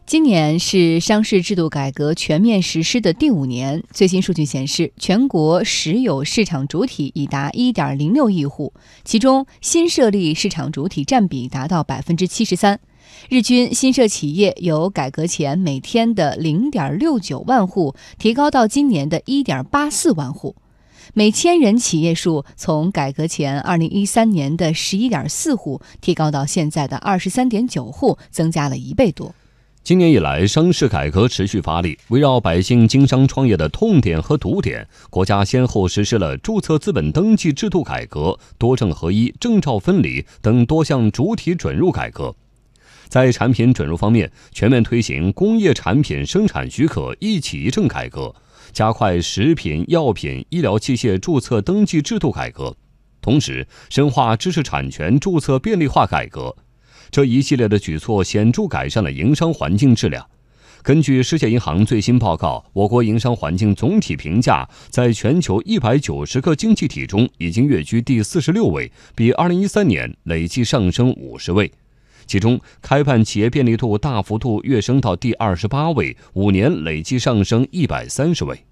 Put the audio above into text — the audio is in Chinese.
今年是商事制度改革全面实施的第5年，最新数据显示，全国实有市场主体已达 1.06 亿户，其中新设立市场主体占比达到 73%， 日均新设企业由改革前每天的 0.69 万户提高到今年的 1.84 万户，每千人企业数从改革前2013年的 11.4 户提高到现在的 23.9 户，增加了1倍多。 今年以来，商事改革持续发力，围绕百姓经商创业的痛点和堵点，国家先后实施了注册资本登记制度改革、多证合一、证照分离等多项主体准入改革。在产品准入方面，全面推行工业产品生产许可一企一证改革，加快食品、药品、医疗器械注册登记制度改革，同时深化知识产权注册便利化改革。这一系列的举措显著改善了营商环境质量。根据世界银行最新报告，我国营商环境总体评价在全球190个经济体中已经跃居第46位，比2013年累计上升50位。其中，开办企业便利度大幅度跃升到第28位，5年累计上升130位。